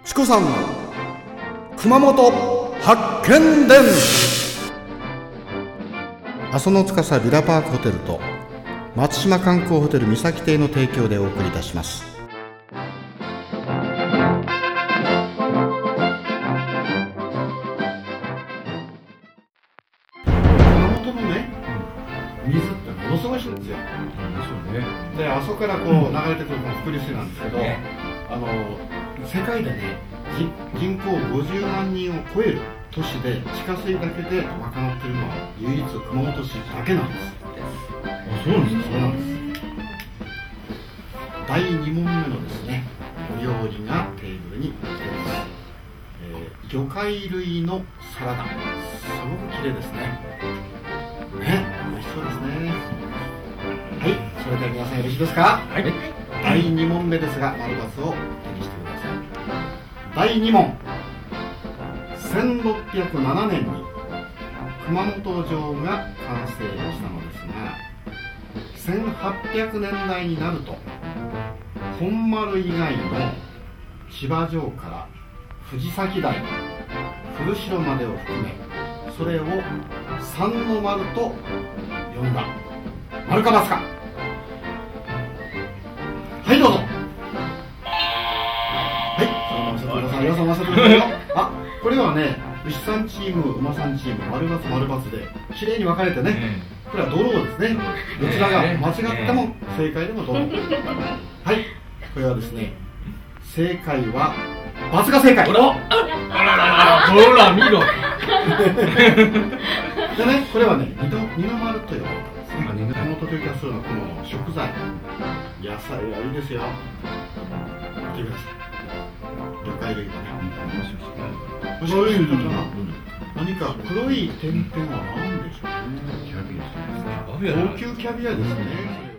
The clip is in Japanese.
チコさんの熊本発見伝。阿蘇の司ビラパークホテルと松島観光ホテル三崎邸の提供でお送りいたします。 熊本のね、水ってものすごいんですよ。で、阿蘇からこう流れてくるこの伏流水なんですけど、世界でね、人口50万人を超える都市で地下水だけで賄っているのは唯一熊本市だけなんです。そうなんですか。そうなんです。第2問目のですね、お料理がテーブルに来ています。魚介類のサラダ、すごく綺麗ですね。ね、美味しそうですね。はい、それでは皆さんよろしいですか。はい。第2問目ですが、丸×を手にしてください。第2問。1607年に熊本城が完成したのですが、1800年代になると本丸以外の千葉城から藤崎台、古城までを含め、それを三の丸と呼んだ。丸か×か。はい、どうぞ。はい、それでは皆さん、皆さん回してくださいよ。あ、これはね、牛さんチーム、馬さんチーム、丸×丸×できれいに分かれてね、これはドローですね。どちらが間違っても正解でもドロー。はい、これはですね、正解は×が正解。ほら見ろ。でね、これはね、二の丸と呼ばれたんですね。熊本というか、そういうのこの食材、野菜はいいですよ。見てください。魚介類がね、もしかして何か黒い点々は何でしょうね。高級キャビアですね。